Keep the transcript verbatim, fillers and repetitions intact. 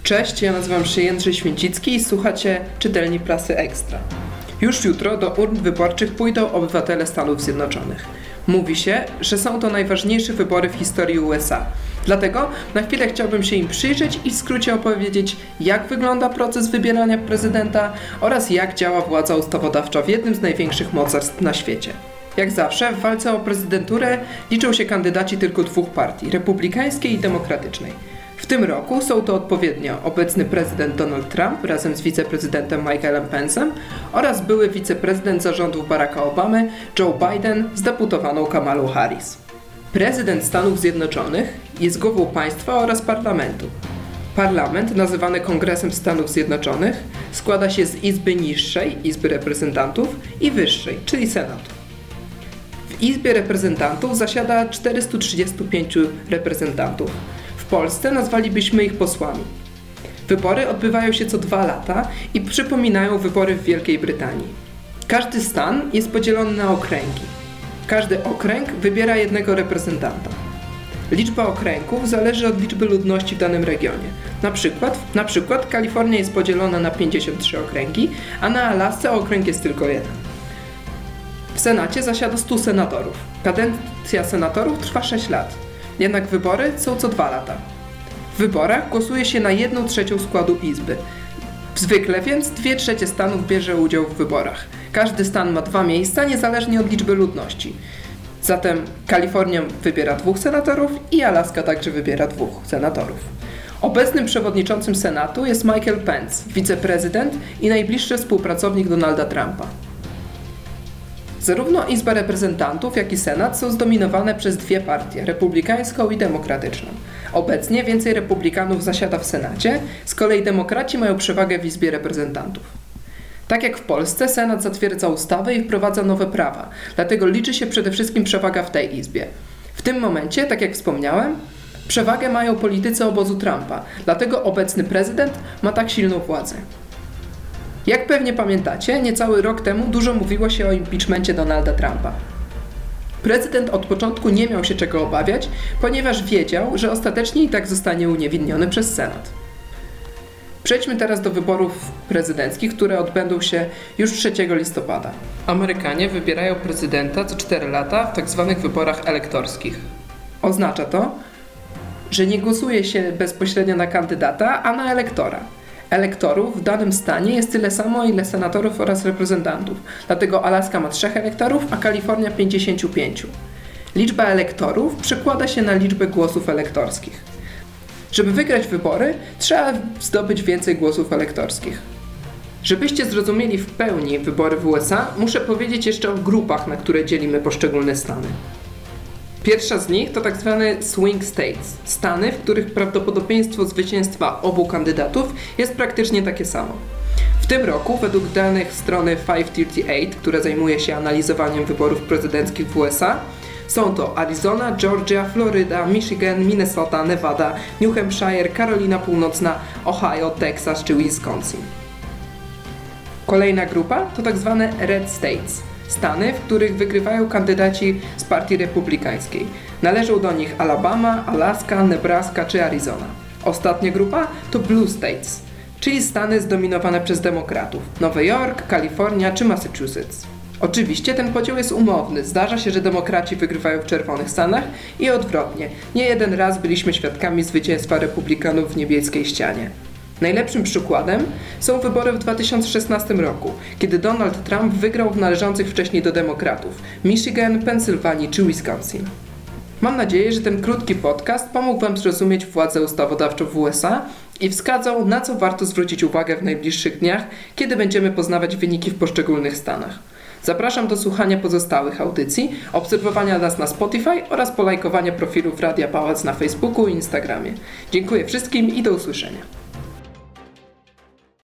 Cześć, ja nazywam się Jędrzej Święcicki i słuchacie Czytelni Prasy Ekstra. Już jutro do urn wyborczych pójdą obywatele Stanów Zjednoczonych. Mówi się, że są to najważniejsze wybory w historii U S A. Dlatego na chwilę chciałbym się im przyjrzeć i w skrócie opowiedzieć, jak wygląda proces wybierania prezydenta oraz jak działa władza ustawodawcza w jednym z największych mocarstw na świecie. Jak zawsze w walce o prezydenturę liczą się kandydaci tylko dwóch partii, republikańskiej i demokratycznej. W tym roku są to odpowiednio obecny prezydent Donald Trump razem z wiceprezydentem Michaelem Pence'em oraz były wiceprezydent za rządów Baracka Obamy Joe Biden z deputowaną Kamalą Harris. Prezydent Stanów Zjednoczonych jest głową państwa oraz parlamentu. Parlament, nazywany Kongresem Stanów Zjednoczonych, składa się z Izby Niższej, Izby Reprezentantów i Wyższej, czyli Senatu. W Izbie Reprezentantów zasiada czterystu trzydziestu pięciu reprezentantów. W Polsce nazwalibyśmy ich posłami. Wybory odbywają się co dwa lata i przypominają wybory w Wielkiej Brytanii. Każdy stan jest podzielony na okręgi. Każdy okręg wybiera jednego reprezentanta. Liczba okręgów zależy od liczby ludności w danym regionie. Na przykład, na przykład Kalifornia jest podzielona na pięćdziesiąt trzy okręgi, a na Alasce okręg jest tylko jeden. W Senacie zasiada stu senatorów. Kadencja senatorów trwa sześć lat. Jednak wybory są co dwa lata. W wyborach głosuje się na jedną trzecią składu Izby. Zwykle więc dwie trzecie stanów bierze udział w wyborach. Każdy stan ma dwa miejsca niezależnie od liczby ludności. Zatem Kalifornia wybiera dwóch senatorów i Alaska także wybiera dwóch senatorów. Obecnym przewodniczącym Senatu jest Michael Pence, wiceprezydent i najbliższy współpracownik Donalda Trumpa. Zarówno Izba Reprezentantów, jak i Senat są zdominowane przez dwie partie, republikańską i demokratyczną. Obecnie więcej republikanów zasiada w Senacie, z kolei demokraci mają przewagę w Izbie Reprezentantów. Tak jak w Polsce, Senat zatwierdza ustawy i wprowadza nowe prawa, dlatego liczy się przede wszystkim przewaga w tej Izbie. W tym momencie, tak jak wspomniałem, przewagę mają politycy obozu Trumpa, dlatego obecny prezydent ma tak silną władzę. Jak pewnie pamiętacie, niecały rok temu dużo mówiło się o impeachmencie Donalda Trumpa. Prezydent od początku nie miał się czego obawiać, ponieważ wiedział, że ostatecznie i tak zostanie uniewinniony przez Senat. Przejdźmy teraz do wyborów prezydenckich, które odbędą się już trzeciego listopada. Amerykanie wybierają prezydenta co cztery lata w tzw. wyborach elektorskich. Oznacza to, że nie głosuje się bezpośrednio na kandydata, a na elektora. Elektorów w danym stanie jest tyle samo, ile senatorów oraz reprezentantów. Dlatego Alaska ma trzech elektorów, a Kalifornia pięćdziesięciu pięciu. Liczba elektorów przekłada się na liczbę głosów elektorskich. Żeby wygrać wybory, trzeba zdobyć więcej głosów elektorskich. Żebyście zrozumieli w pełni wybory w U S A, muszę powiedzieć jeszcze o grupach, na które dzielimy poszczególne stany. Pierwsza z nich to tak zwane swing states, stany, w których prawdopodobieństwo zwycięstwa obu kandydatów jest praktycznie takie samo. W tym roku, według danych strony pięćset trzydzieści osiem, która zajmuje się analizowaniem wyborów prezydenckich w U S A, są to Arizona, Georgia, Floryda, Michigan, Minnesota, Nevada, New Hampshire, Karolina Północna, Ohio, Texas czy Wisconsin. Kolejna grupa to tak zwane red states. Stany, w których wygrywają kandydaci z partii republikańskiej. Należą do nich Alabama, Alaska, Nebraska czy Arizona. Ostatnia grupa to Blue States, czyli stany zdominowane przez demokratów. Nowy Jork, Kalifornia czy Massachusetts. Oczywiście ten podział jest umowny. Zdarza się, że demokraci wygrywają w czerwonych stanach i odwrotnie. Nie jeden raz byliśmy świadkami zwycięstwa republikanów w niebieskiej ścianie. Najlepszym przykładem są wybory w dwa tysiące szesnastym roku, kiedy Donald Trump wygrał w należących wcześniej do demokratów Michigan, Pensylwanii czy Wisconsin. Mam nadzieję, że ten krótki podcast pomógł Wam zrozumieć władzę ustawodawczą w U S A i wskazał, na co warto zwrócić uwagę w najbliższych dniach, kiedy będziemy poznawać wyniki w poszczególnych stanach. Zapraszam do słuchania pozostałych audycji, obserwowania nas na Spotify oraz polajkowania profilów Radia Pałac na Facebooku i Instagramie. Dziękuję wszystkim i do usłyszenia.